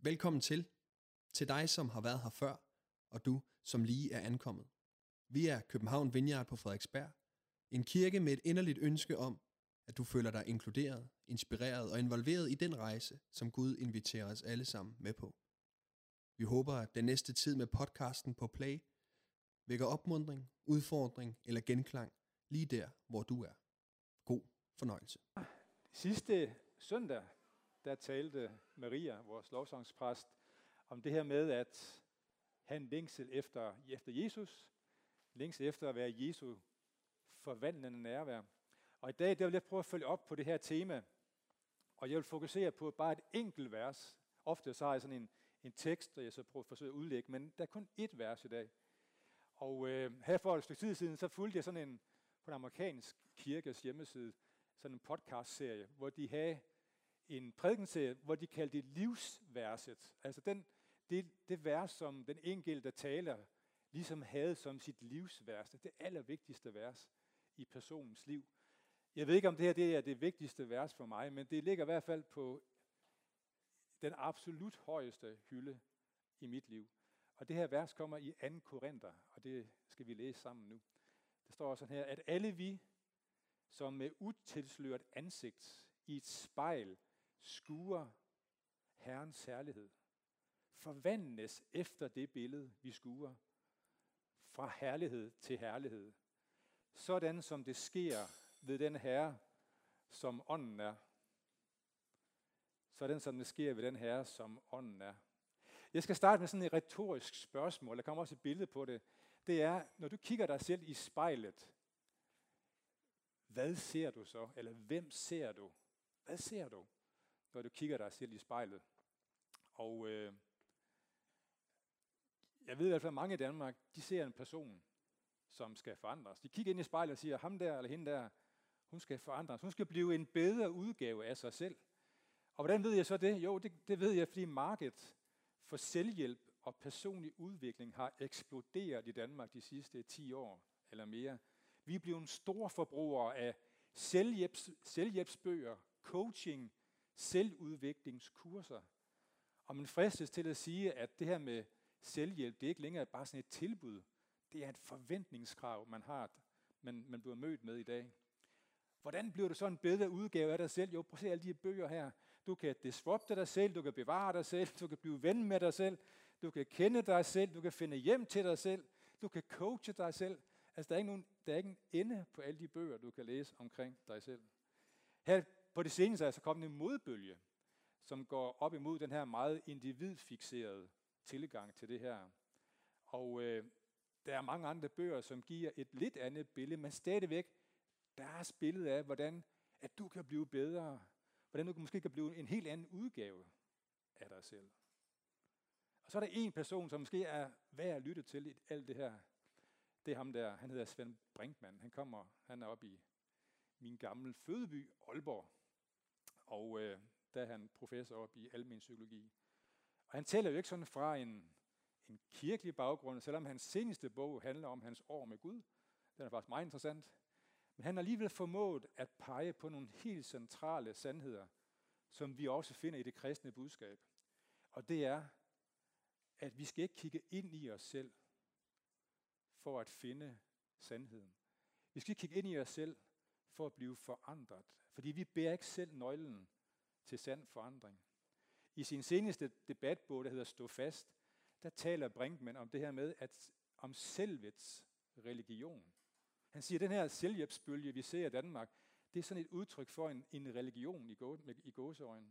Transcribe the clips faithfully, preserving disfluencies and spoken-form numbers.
Velkommen til. Til dig, som har været her før, og du, som lige er ankommet. Vi er København Vineyard på Frederiksberg. En kirke med et inderligt ønske om, at du føler dig inkluderet, inspireret og involveret i den rejse, som Gud inviterer os alle sammen med på. Vi håber, at den næste tid med podcasten på Play vækker opmuntring, udfordring eller genklang lige der, hvor du er. God fornøjelse. Sidste søndag, der talte Maria, vores lovsangspræst, om det her med at have en længsel efter, efter Jesus, længsel efter at være Jesu forvandlende nærvær. Og i dag, der vil jeg prøve at følge op på det her tema, og jeg vil fokusere på bare et enkelt vers. Ofte så har jeg sådan en, en tekst, og jeg så prøver at forsøge at udlægge, men der er kun ét vers i dag. Og øh, her for et stykke tid siden, så fulgte jeg sådan en, på en amerikansk kirkes hjemmeside, sådan en podcast-serie, hvor de havde en prædikenserie, hvor de kaldte det livsverset. Altså den, det, det vers, som den enkelte taler ligesom havde som sit livsvers. Det allervigtigste vers i personens liv. Jeg ved ikke, om det her det er det vigtigste vers for mig, men det ligger i hvert fald på den absolut højeste hylde i mit liv. Og det her vers kommer i anden Korinther, og det skal vi læse sammen nu. Der står sådan her, at alle vi, som med utilsløret ansigt i et spejl skuer Herrens herlighed, forvandles efter det billede, vi skuer, fra herlighed til herlighed. Sådan som det sker ved den Herre, som ånden er. Sådan som det sker ved den Herre, som ånden er. Jeg skal starte med sådan et retorisk spørgsmål. Der kommer også et billede på det. Det er, når du kigger dig selv i spejlet, hvad ser du så? Eller hvem ser du? Hvad ser du, når du kigger dig selv i spejlet? Og øh, jeg ved i hvert fald, at mange i Danmark, de ser en person, som skal forandres. De kigger ind i spejlet og siger, ham der eller hende der, hun skal forandres. Hun skal blive en bedre udgave af sig selv. Og hvordan ved jeg så det? Jo, det, det ved jeg, fordi markedet for selvhjælp og personlig udvikling har eksploderet i Danmark de sidste ti år eller mere. Vi er blevet store forbrugere af selvhjælps, selvhjælpsbøger, coaching, selvudviklingskurser. Og man fristes til at sige, at det her med selvhjælp, det er ikke længere bare sådan et tilbud. Det er et forventningskrav, man har, man, man bliver mødt med i dag. Hvordan bliver du så en bedre udgave af dig selv? Jo, prøv at se alle de bøger her. Du kan disrupte dig selv, du kan bevare dig selv, du kan blive ven med dig selv, du kan kende dig selv, du kan finde hjem til dig selv, du kan coache dig selv. Altså, der er ikke, nogen, der er ikke en ende på alle de bøger, du kan læse omkring dig selv. Her på det seneste er så kommet en modbølge, som går op imod den her meget individfixerede tilgang til det her. Og øh, der er mange andre bøger, som giver et lidt andet billede, men stadigvæk deres billede af, hvordan at du kan blive bedre, hvordan du måske kan blive en helt anden udgave af dig selv. Og så er der en person, som måske er værd at lytte til i alt det her. Det er ham der, han hedder Svend Brinkmann. Han kommer, han er oppe i min gamle fødeby, Aalborg. Og øh, der er han professor oppe i almen psykologi. Og han tæller jo ikke sådan fra en, en kirkelig baggrund, selvom hans seneste bog handler om hans år med Gud. Den er faktisk meget interessant. Men han har alligevel formået at pege på nogle helt centrale sandheder, som vi også finder i det kristne budskab. Og det er, at vi skal ikke kigge ind i os selv for at finde sandheden. Vi skal ikke kigge ind i os selv for at blive forandret, fordi vi bærer ikke selv nøglen til sand forandring. I sin seneste debatbog, der hedder Stå fast, der taler Brinkmann om det her med, at om selvets religion. Han siger, at den her selvhjælpsbølge, vi ser i Danmark, det er sådan et udtryk for en, en religion i, gå, med, i gåseøjne.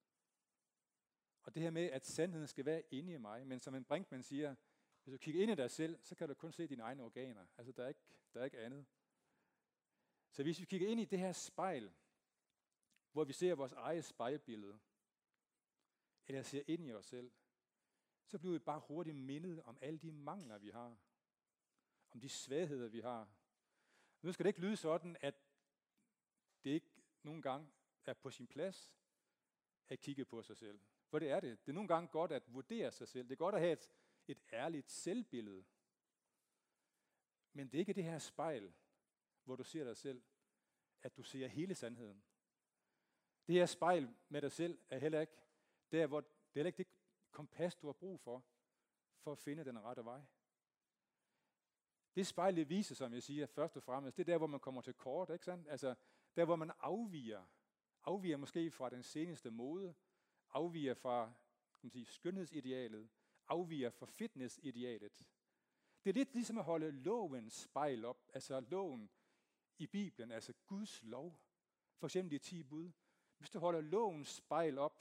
Og det her med, at sandheden skal være inde i mig, men som en Brinkmann siger, hvis du kigger ind i dig selv, så kan du kun se dine egne organer. Altså, der er ikke, der er ikke andet. Så hvis vi kigger ind i det her spejl, hvor vi ser vores eget spejlbillede, eller ser ind i os selv, så bliver vi bare hurtigt mindet om alle de mangler, vi har. Om de svagheder, vi har. Nu skal det ikke lyde sådan, at det ikke nogle gange er på sin plads at kigge på sig selv. For det er det. Det er nogle gange godt at vurdere sig selv. Det er godt at have et, et ærligt selvbillede. Men det er ikke det her spejl, hvor du ser dig selv, at du ser hele sandheden. Det her spejl med dig selv er heller ikke der, hvor det er heller ikke det kompas, du har brug for, for at finde den rette vej. Det spejlet viser, som jeg siger, først og fremmest, det er der, hvor man kommer til kort, ikke sandt? Altså, der, hvor man afviger. Afviger måske fra den seneste mode, afviger fra kan man sige, skønhedsidealet, afviger fra fitnessidealet. Det er lidt ligesom at holde lovens spejl op, altså loven i Bibelen, altså Guds lov. For eksempel de ti bud. Hvis du holder lovens spejl op,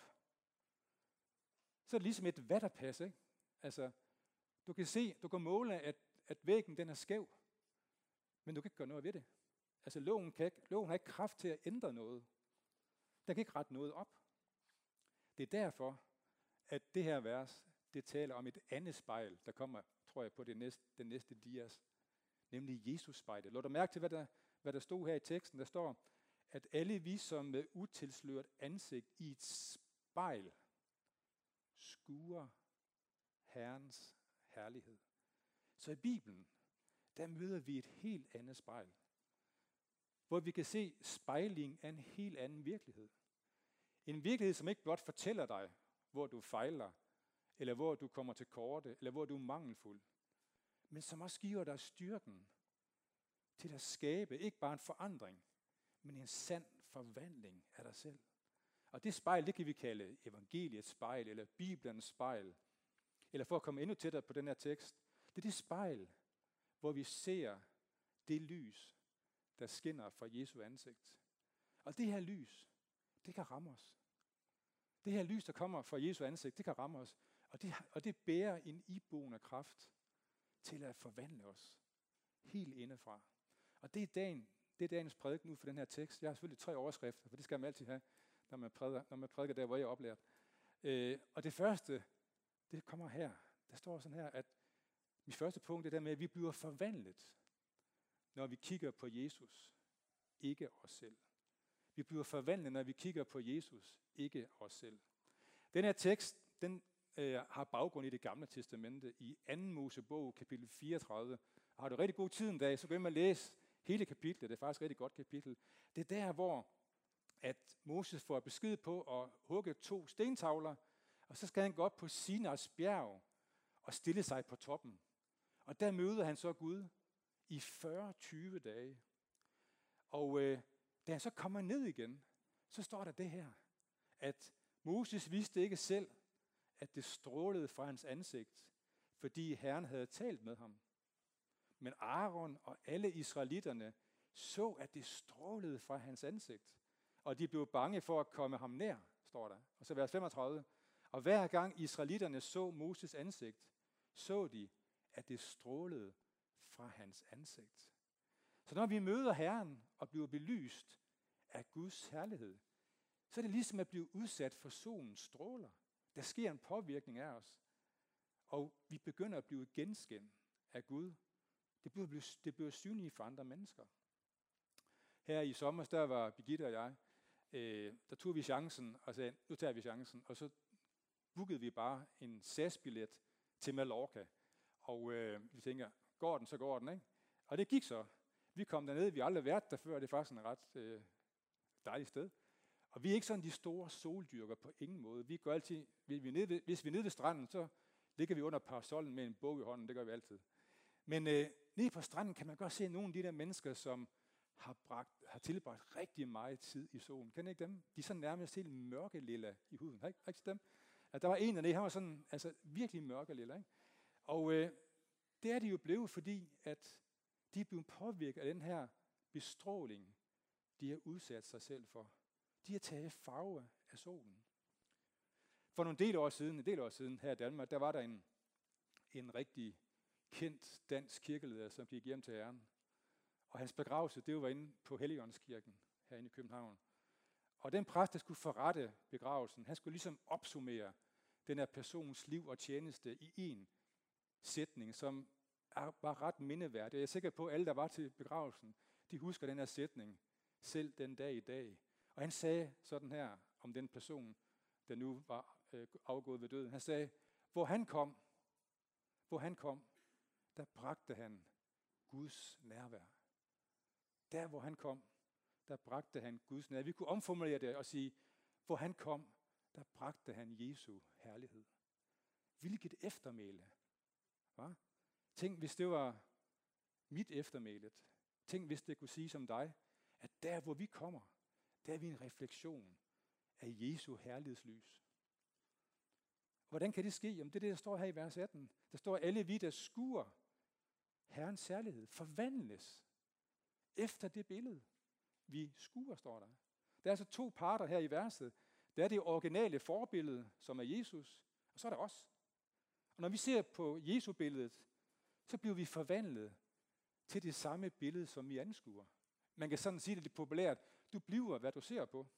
så er det ligesom et vatterpas, ikke? Altså, du kan se, du kan måle, at, at væggen den er skæv, men du kan ikke gøre noget ved det. Altså, loven, kan ikke, loven har ikke kraft til at ændre noget. Den kan ikke rette noget op. Det er derfor, at det her vers, det taler om et andet spejl, der kommer, tror jeg, på det næste, den næste dias, nemlig Jesus-spejlet. Lad dig mærke til, hvad der, hvad der stod her i teksten. Der står, at alle vi, som med utilsløret ansigt i et spejl, skuer Herrens herlighed. Så i Bibelen, der møder vi et helt andet spejl, hvor vi kan se spejling af en helt anden virkelighed. En virkelighed, som ikke blot fortæller dig, hvor du fejler, eller hvor du kommer til korte, eller hvor du er mangelfuld, men som også giver dig styrken til at skabe ikke bare en forandring, men en sand forvandling af dig selv. Og det spejl, det kan vi kalde evangeliets spejl, eller Bibelens spejl, eller for at komme endnu tættere på den her tekst, det er det spejl, hvor vi ser det lys, der skinner fra Jesu ansigt. Og det her lys, det kan ramme os. Det her lys, der kommer fra Jesu ansigt, det kan ramme os. Og det, og det bærer en iboende kraft til at forvandle os helt indefra. Og det er, dagen, det er dagens prædiken ud for den her tekst. Jeg har selvfølgelig tre overskrifter, for det skal man altid have, når man prædiker, når man prædiker der, hvor jeg er oplært. Øh, og det første, det kommer her. Der står sådan her, at mit første punkt er der med, at vi bliver forvandlet, når vi kigger på Jesus, ikke os selv. Vi bliver forvandlet, når vi kigger på Jesus, ikke os selv. Den her tekst, den øh, har baggrund i Det Gamle Testamente, i anden Mosebog, kapitel fireogtredive. Og har du rigtig god tid en dag, så gå ind og læs hele kapitlet. Det er faktisk et rigtig godt kapitel. Det er der, hvor at Moses får besked på at hugge to stentavler, og så skal han gå op på Sinais bjerg og stille sig på toppen. Og der møder han så Gud i fyrre til tyve dage. Og øh, da han så kommer ned igen, så står der det her, at Moses vidste ikke selv, at det strålede fra hans ansigt, fordi Herren havde talt med ham. Men Aaron og alle israelitterne så, at det strålede fra hans ansigt. Og de blev bange for at komme ham nær, står der. Og så vers femogtredive. Og hver gang israelitterne så Moses ansigt, så de, at det strålede fra hans ansigt. Så når vi møder Herren og bliver belyst af Guds herlighed, så er det ligesom at blive udsat for solens stråler. Der sker en påvirkning af os, og vi begynder at blive genskændt af Gud. Det bliver, det bliver synligt for andre mennesker. Her i sommer, der var Birgitte og jeg, øh, der tog vi chancen, og sagde, nu tager vi chancen, og så bookede vi bare en S A S-billet til Mallorca. Og øh, vi tænker, går den, så går den, ikke? Og det gik så. Vi kom derned, vi har aldrig været der før, det er faktisk en ret øh, dejligt sted. Og vi er ikke sådan de store soldyrker på ingen måde. Vi går altid, hvis vi er nede ved, hvis vi er nede ved stranden, så ligger vi under parasollen med en bog i hånden, det gør vi altid. Men øh, nede på stranden kan man godt se nogle af de der mennesker, som har, bragt, har tilbragt rigtig meget tid i solen. Kender I ikke dem? De er sådan nærmest helt mørkelilla i huden. Har I ikke dem? At der var en af dem, han var sådan, altså virkelig mørkelilla, ikke? Og øh, det er de jo blevet, fordi at de er blevet påvirket af den her bestråling, de har udsat sig selv for. De har taget farve af solen. For nogle del år siden, en del år siden her i Danmark, der var der en, en rigtig kendt dansk kirkeleder, som gik hjem til Herren. Og hans begravelse, det var inde på Helligåndskirken herinde i København. Og den præst, der skulle forrette begravelsen, han skulle ligesom opsummere den her persons liv og tjeneste i en sætning, som er, var ret mindeværdig. Jeg er sikker på, at alle, der var til begravelsen, de husker den her sætning, selv den dag i dag. Og han sagde sådan her om den person, der nu var øh, afgået ved døden. Han sagde, hvor han kom, hvor han kom, der bragte han Guds nærvær. Der, hvor han kom, der bragte han Guds nærvær. Vi kunne omformulere det og sige, hvor han kom, der bragte han Jesu herlighed. Hvilket eftermæle. Hva? Tænk, hvis det var mit eftermælet. Tænk, hvis det kunne sige som dig, at der, hvor vi kommer, der er vi en refleksion af Jesu herlighedslys. Hvordan kan det ske? Jamen, det er det, der står her i vers atten. Der står, alle vi, der skuer Herrens særlighed, forvandles efter det billede, vi skuer, står der. Der er altså to parter her i verset. Der er det originale forbillede, som er Jesus, og så er der os. Og når vi ser på Jesu billedet, så bliver vi forvandlet til det samme billede, som vi anskuer. Man kan sådan sige det lidt populært. Du bliver, hvad du ser på.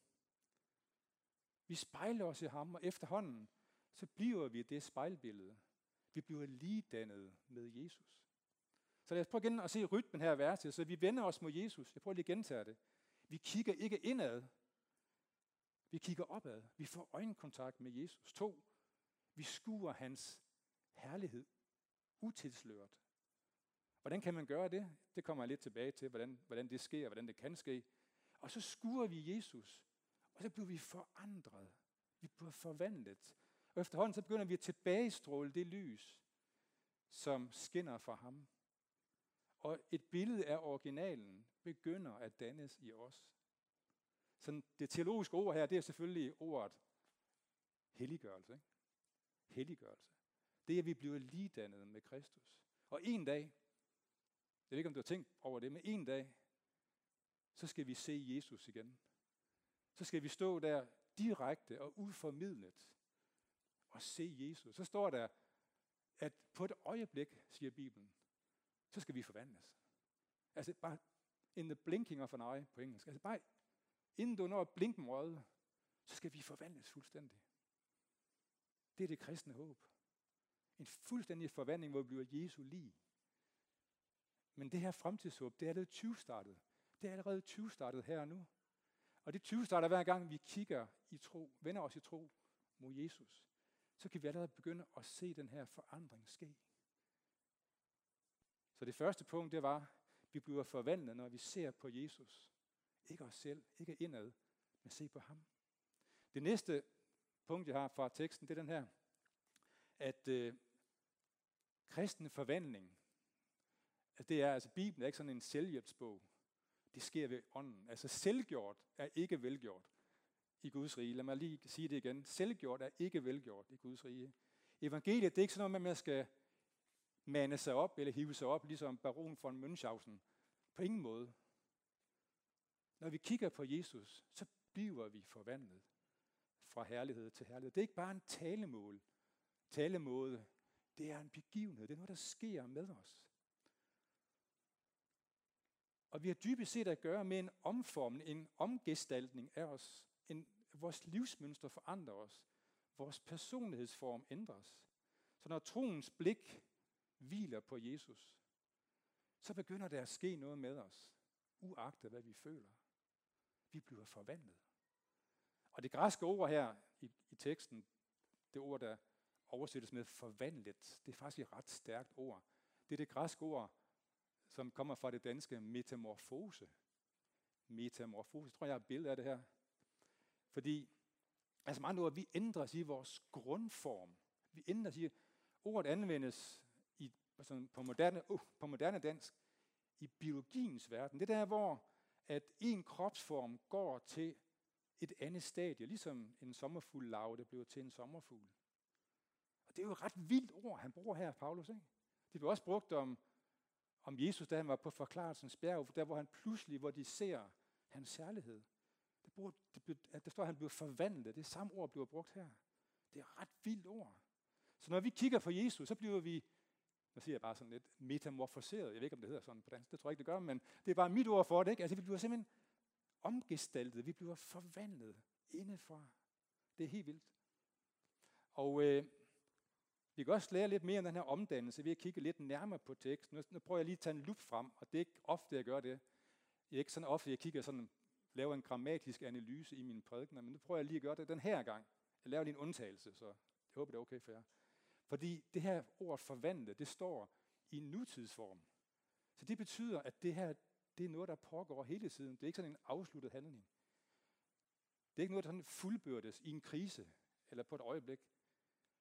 Vi spejler os i ham, og efterhånden, så bliver vi det spejlbillede. Vi bliver ligedannet med Jesus. Så lad os prøve igen at se rytmen her i verset, så vi vender os mod Jesus. Jeg prøver lige at gentage det. Vi kigger ikke indad. Vi kigger opad. Vi får øjenkontakt med Jesus. To. Vi skuer hans herlighed. Utilsløret. Hvordan kan man gøre det? Det kommer jeg lidt tilbage til, hvordan, hvordan det sker, hvordan det kan ske. Og så skuer vi Jesus, og så bliver vi forandret. Vi bliver forvandlet. Og efterhånden så begynder vi at tilbagestråle det lys, som skinner fra ham. Og et billede af originalen begynder at dannes i os. Så det teologiske ord her, det er selvfølgelig ordet helliggørelse. Ikke? Helliggørelse. Det er, at vi bliver ligedannet med Kristus. Og en dag, jeg ved ikke, om du har tænkt over det, men en dag, så skal vi se Jesus igen. Så skal vi stå der direkte og uformidlet og se Jesus. Så står der, at på et øjeblik, siger Bibelen, så skal vi forvandles. Altså bare in the blinking of an eye på engelsk. Altså bare inden du når at blinke med øjet, så skal vi forvandles fuldstændig. Det er det kristne håb. En fuldstændig forvandling, hvor vi bliver Jesu lig. Men det her fremtidshåb, det er allerede tyve-startet. Det er allerede tyve-startet her og nu. Og det tyve-starter hver gang vi kigger i tro, vender os i tro mod Jesus, så kan vi allerede begynde at se den her forandring ske. Så det første punkt, det var, at vi bliver forvandlet, når vi ser på Jesus. Ikke os selv, ikke indad, men se på ham. Det næste punkt, jeg har fra teksten, det er den her, at øh, kristen forvandling, at det er, altså Bibelen er ikke sådan en selvhjælpsbog. Det sker ved ånden. Altså selvgjort er ikke velgjort i Guds rige. Lad mig lige sige det igen. Selvgjort er ikke velgjort i Guds rige. Evangeliet, det er ikke sådan noget med, at man skal mande sig op eller hive sig op, ligesom baron von Münchhausen. På ingen måde. Når vi kigger på Jesus, så bliver vi forvandlet fra herlighed til herlighed. Det er ikke bare en talemål. Talemåde, det er en begivenhed. Det er noget, der sker med os. Og vi har dybest set at gøre med en omformning, en omgestaltning af os. En, vores livsmønster forandrer os. Vores personlighedsform ændres. Så når troens blik hviler på Jesus, så begynder der at ske noget med os, uagtet hvad vi føler. Vi bliver forvandlet. Og det græske ord her i, i teksten, det ord, der oversættes med forvandlet, det er faktisk et ret stærkt ord. Det er det græske ord, som kommer fra det danske metamorfose. Metamorfose, jeg tror jeg har et billede af det her. Fordi, altså med andre ord, vi ændres i vores grundform. Vi ændres i, ordet anvendes i, altså på, moderne, uh, på moderne dansk i biologiens verden. Det der, hvor at en kropsform går til et andet stadie, ligesom en sommerfugllarve, der bliver til en sommerfugl. Og det er jo et ret vildt ord, han bruger her, Paulus. Ikke? Det bliver også brugt om, om Jesus, da han var på forklarelsens bjerg, der hvor han pludselig, hvor de ser hans særlighed. Det, bruger, det, bliver, der står, at han bliver forvandlet. Det samme ord bliver brugt her. Det er et ret vildt ord. Så når vi kigger på Jesus, så bliver vi, nu siger jeg bare sådan lidt, metamorfoseret. Jeg ved ikke, om det hedder sådan på dansk. Det tror jeg ikke, det gør, men det er bare mit ord for det. Ikke? Altså, vi bliver simpelthen omgestaltet. Vi bliver forvandlet indefra. Det er helt vildt. Og øh, vi kan også lære lidt mere om den her omdannelse ved at kigge lidt nærmere på teksten. Nu, nu prøver jeg lige at tage en lup frem, og det er ikke ofte, jeg gør det. Det er ikke sådan ofte, jeg kigger sådan, laver en grammatisk analyse i mine prædikener, men nu prøver jeg lige at gøre det den her gang. Jeg laver lige en undtagelse, så jeg håber, det er okay for jer. Fordi det her ord forvandle, det står i nutidsform. Så det betyder, at det her, det er noget, der pågår hele tiden. Det er ikke sådan en afsluttet handling. Det er ikke noget, der sådan fuldbyrdes i en krise, eller på et øjeblik.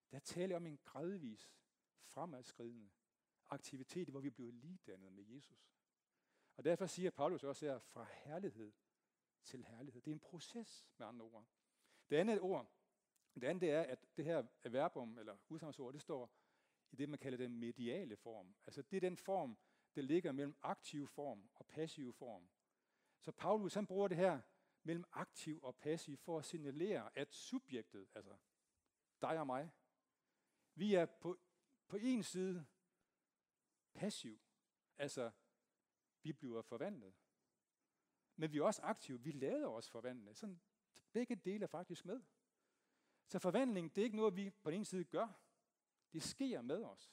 Der taler om en gradvis fremadskridende aktivitet, hvor vi bliver ligedannet med Jesus. Og derfor siger Paulus også her, fra herlighed til herlighed. Det er en proces med andre ord. Det andet ord, det andet det er, at det her verbum, eller udsagnsord, det står i det, man kalder den mediale form. Altså det er den form, der ligger mellem aktiv form og passiv form. Så Paulus, han bruger det her mellem aktiv og passiv for at signalere, at subjektet, altså dig og mig, vi er på, på en side passiv, altså vi bliver forvandlet. Men vi er også aktive, vi lader os forvandle. Sådan, begge dele er faktisk med. Så forvandling, det er ikke noget, vi på den ene side gør. Det sker med os.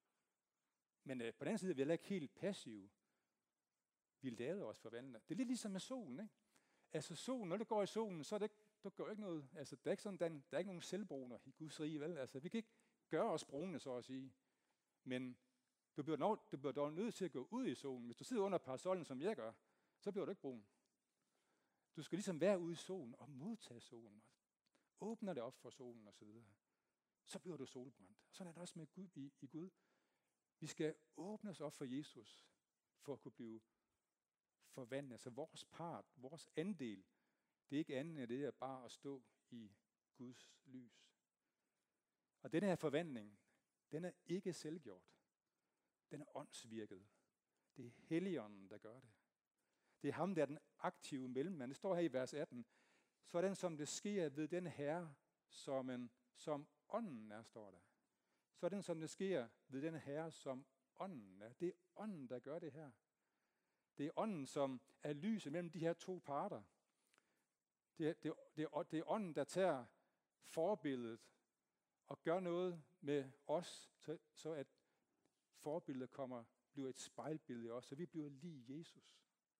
Men øh, på den anden side er vi heller ikke helt passive. Vi lader os forvandle. Det er lidt ligesom med solen, ikke? Altså solen, når det går i solen, så er det ikke, der går ikke noget. Altså der er ikke sådan, der, der er ikke nogen selvbruner i Guds rige, vel? Altså vi kan ikke gøre os brune, så at sige. Men du bliver, dog, du bliver dog nødt til at gå ud i solen. Hvis du sidder under parasollen, som jeg gør, så bliver du ikke brun. Du skal ligesom være ude i solen og modtage solen. Og åbner det op for solen osv. Så, så bliver du solbrændt. Og sådan er det også med Gud, i, i Gud. Vi skal åbne os op for Jesus, for at kunne blive forvandlet. Så vores part, vores andel, det er ikke andet end det, er bare at stå i Guds lys. Og den her forvandling, den er ikke selvgjort. Den er åndsvirket. Det er Helligånden, der gør det. Det er ham, der er den aktive mellemmand. Det står her i vers atten. Sådan som det sker ved den Herre, som, en, som ånden er, står der. Sådan som det sker ved den Herre, som ånden er. Det er ånden, der gør det her. Det er ånden, som er lyset mellem de her to parter. Det er, det, er, det, er, det er ånden, der tager forbilledet og gør noget med os, så, så at forbilledet kommer, bliver et spejlbillede i os, så vi bliver lige Jesus.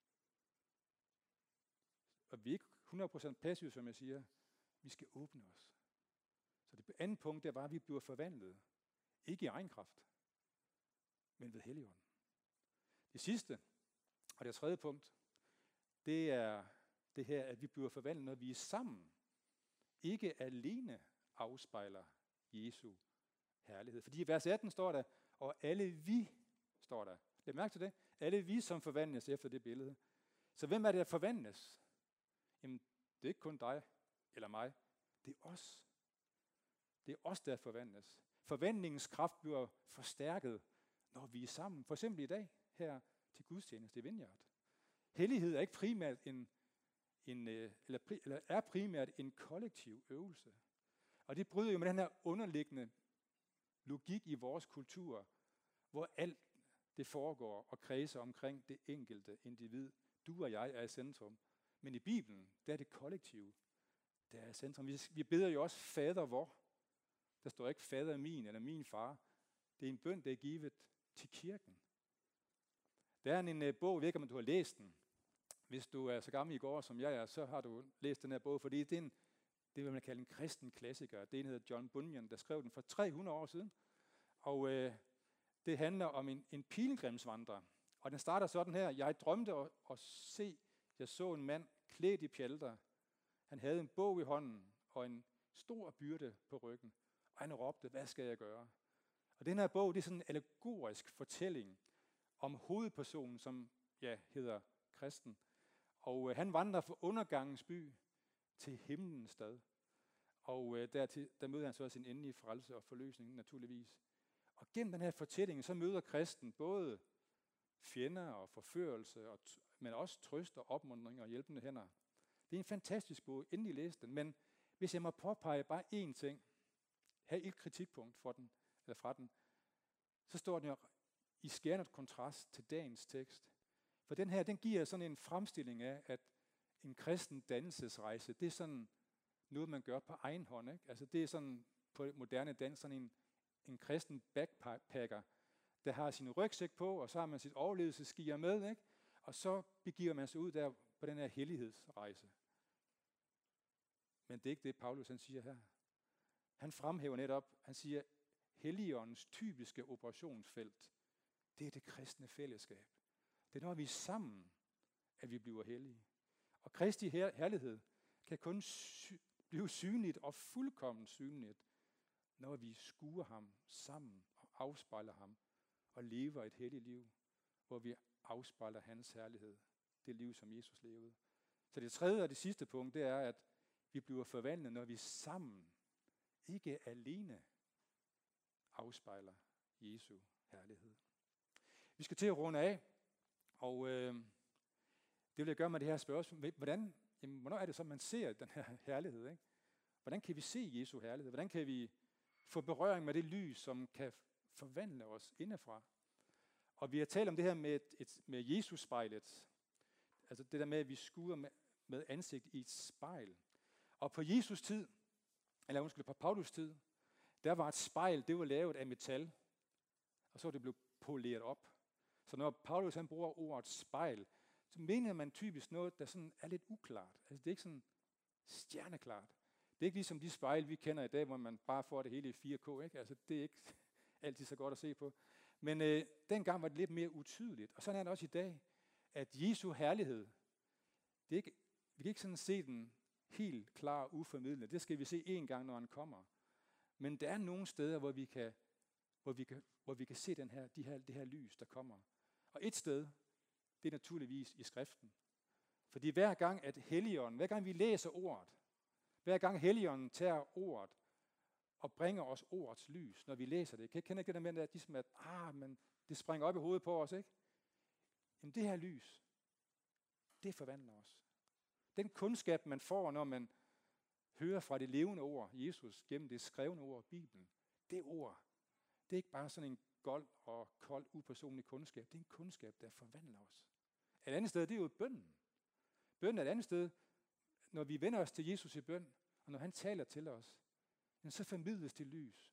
Og vi er ikke hundrede procent passive, som jeg siger. Vi skal åbne os. Så det andet punkt, det var, at vi bliver forvandlet. Ikke i egen kraft, men ved Helligånden. Det sidste, og det tredje punkt, det er det her, at vi bliver forvandlet, når vi er sammen. Ikke alene afspejler Jesu herlighed. Fordi i vers atten står der, og alle vi, står der. Læg mærke til det. Alle vi, som forvandles efter det billede. Så hvem er det, der forvandles? Jamen, det er ikke kun dig eller mig. Det er os. Det er os, der forvandles. Forvandlingens kraft bliver forstærket, når vi er sammen. For eksempel i dag, her til gudstjeneste i Vineyard. Hellighed er ikke primært en, en eller, eller er primært en kollektiv øvelse. Og det bryder jo med den her underliggende logik i vores kultur, hvor alt det foregår og kredser omkring det enkelte individ. Du og jeg er i centrum. Men i Bibelen, der er det kollektive, der er i centrum. Vi, vi beder jo også fader vor. Der står ikke fader min eller min far. Det er en bøn, der er givet til kirken. Der er en, en bog, jeg ved ikke, om du har læst den. Hvis du er så gammel i går, som jeg er, så har du læst den her bog, fordi det er en, det vil man kalde en kristen klassiker. Det er en, der hedder John Bunyan, der skrev den for tre hundrede år siden. Og øh, det handler om en, en pilgrimsvandrer. Og den starter sådan her. Jeg drømte at, at se, jeg så en mand klædt i pjalter. Han havde en bog i hånden og en stor byrde på ryggen. Og han råbte, hvad skal jeg gøre? Og den her bog, det er sådan en allegorisk fortælling om hovedpersonen, som ja, hedder Kristen. Og øh, han vandrer fra undergangens by til himlens stad. Og øh, dertil, der møder han så sin endelige frelse og forløsning, naturligvis. Og gennem den her fortælling, så møder Kristen både fjender og forførelse, og t- men også trøst og opmuntring og hjælpende hænder. Det er en fantastisk bog, endelig læs den. Men hvis jeg må påpege bare én ting, have et kritikpunkt for den, eller fra den, så står den jo i skærende kontrast til dagens tekst. For den her, den giver sådan en fremstilling af, at en kristen dannelsesrejse, det er sådan noget, man gør på egen hånd. Ikke? Altså det er sådan på moderne dans, sådan en, en kristen backpacker, der har sin rygsæk på, og så har man sit overlevelsesskier med, ikke? Og så begiver man sig ud der på den her hellighedsrejse. Men det er ikke det, Paulus han siger her. Han fremhæver netop, han siger, Helligåndens typiske operationsfelt, det er det kristne fællesskab. Det er når vi er sammen, at vi bliver hellige. Og Kristi her- herlighed kan kun sy- blive synligt og fuldkommen synligt, når vi skuer ham sammen og afspejler ham og lever et helligt liv, hvor vi afspejler hans herlighed, det liv, som Jesus levede. Så det tredje og det sidste punkt, det er, at vi bliver forvandlet, når vi sammen, ikke alene, afspejler Jesu herlighed. Vi skal til at runde af, og øh, det vil jeg gøre med det her spørgsmål. Hvordan, jamen, hvornår er det så, man ser den her herlighed? Ikke? Hvordan kan vi se Jesu herlighed? Hvordan kan vi få berøring med det lys, som kan forvandle os indefra? Og vi har talt om det her med, et, et, med Jesus-spejlet. Altså det der med, at vi skuer med, med ansigt i et spejl. Og på Jesus tid, eller undskyld, på Paulus tid, der var et spejl, det var lavet af metal, og så var det blevet poleret op. Så når Paulus han bruger ordet spejl, så mener man typisk noget, der sådan er lidt uklart. Altså det er ikke sådan stjerneklart. Det er ikke ligesom de spejle, vi kender i dag, hvor man bare får det hele i fire K. Ikke? Altså det er ikke altid så godt at se på. Men øh, dengang var det lidt mere utydeligt. Og sådan er det også i dag, at Jesu herlighed, det er ikke, vi kan ikke sådan se den helt klar uformidlende. Det skal vi se en gang, når han kommer. Men der er nogle steder, hvor vi kan, hvor vi kan, hvor vi kan se den her, de her, det her lys, der kommer. Og et sted, det er naturligvis i skriften. Fordi hver gang, at Helligånden, hver gang vi læser ordet, hver gang Helligånden tager ordet og bringer os ordets lys, når vi læser det. Kan I kende ikke det der med, at, ligesom at ah, men det springer op i hovedet på os, ikke? Jamen det her lys, det forvandler os. Den kundskab, man får, når man hører fra det levende ord, Jesus, gennem det skrevne ord, Bibelen, det ord, det er ikke bare sådan en gold og kold, upersonlig kundskab. Det er en kundskab, der forvandler os. Et andet sted, det er jo bønnen. Bønnen er et andet sted, når vi vender os til Jesus i bøn, og når han taler til os, så formidles det lys,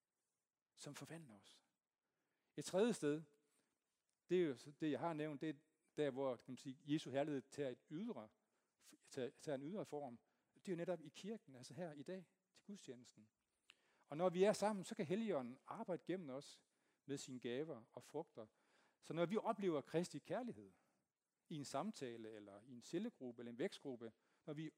som forvandler os. Et tredje sted, det er jo det, jeg har nævnt, det er der, hvor kan man sige, Jesu herlighed tager, et ydre, tager, tager en ydre form. Det er jo netop i kirken, altså her i dag, til gudstjenesten. Og når vi er sammen, så kan Helligånden arbejde gennem os med sine gaver og frugter. Så når vi oplever Kristi kærlighed i en samtale, eller i en cellegruppe, eller en vækstgruppe, når vi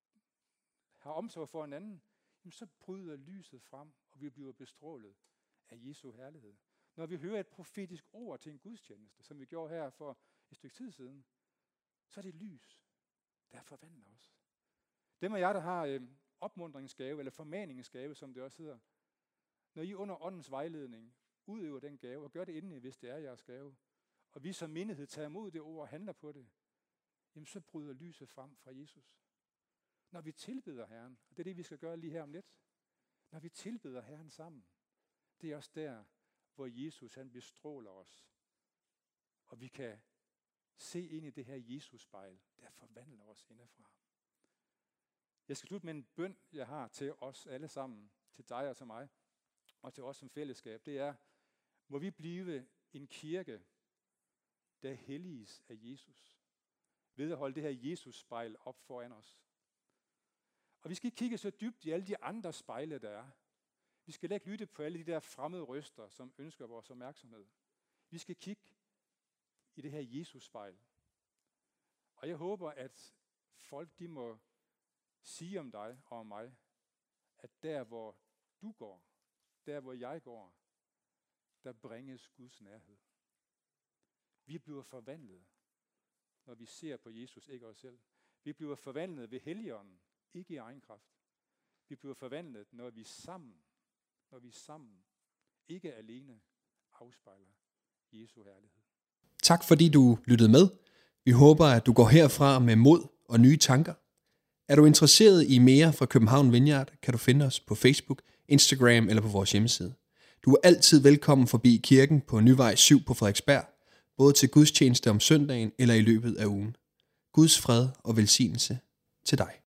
har omsorg for hinanden, så bryder lyset frem, og vi bliver bestrålet af Jesu herlighed. Når vi hører et profetisk ord til en gudstjeneste, som vi gjorde her for et stykke tid siden, så er det lys, der forvandler os. Dem af jer, der har øh, opmuntringsgave, eller formaningsgave, som det også hedder, når I under åndens vejledning udøver den gave, og gør det inden, hvis det er jeres gave, og vi som menighed tager imod det ord og handler på det, jamen så bryder lyset frem fra Jesus. Når vi tilbeder Herren, og det er det, vi skal gøre lige her om lidt, når vi tilbeder Herren sammen, det er også der, hvor Jesus han bestråler os, og vi kan se ind i det her Jesus-spejl, der forvandler os indefra. Jeg skal slutte med en bøn, jeg har til os alle sammen, til dig og til mig, og til os som fællesskab. Det er, må vi blive en kirke, der helliges af Jesus, ved at holde det her Jesus-spejl op foran os. Og vi skal ikke kigge så dybt i alle de andre spejle, der er. Vi skal ikke lytte på alle de der fremmede røster, som ønsker vores opmærksomhed. Vi skal kigge i det her Jesus-spejl. Og jeg håber, at folk de må sige om dig og om mig, at der hvor du går, der hvor jeg går, der bringes Guds nærhed. Vi bliver forvandlet, når vi ser på Jesus, ikke os selv. Vi bliver forvandlet ved Helligånden, ikke i egen kraft. Vi bliver forvandlet, når vi sammen, når vi sammen, ikke alene, afspejler Jesu herlighed. Tak fordi du lyttede med. Vi håber, at du går herfra med mod og nye tanker. Er du interesseret i mere fra København Vineyard, kan du finde os på Facebook, Instagram eller på vores hjemmeside. Du er altid velkommen forbi kirken på Nyvej syv på Frederiksberg, både til gudstjeneste om søndagen eller i løbet af ugen. Guds fred og velsignelse til dig.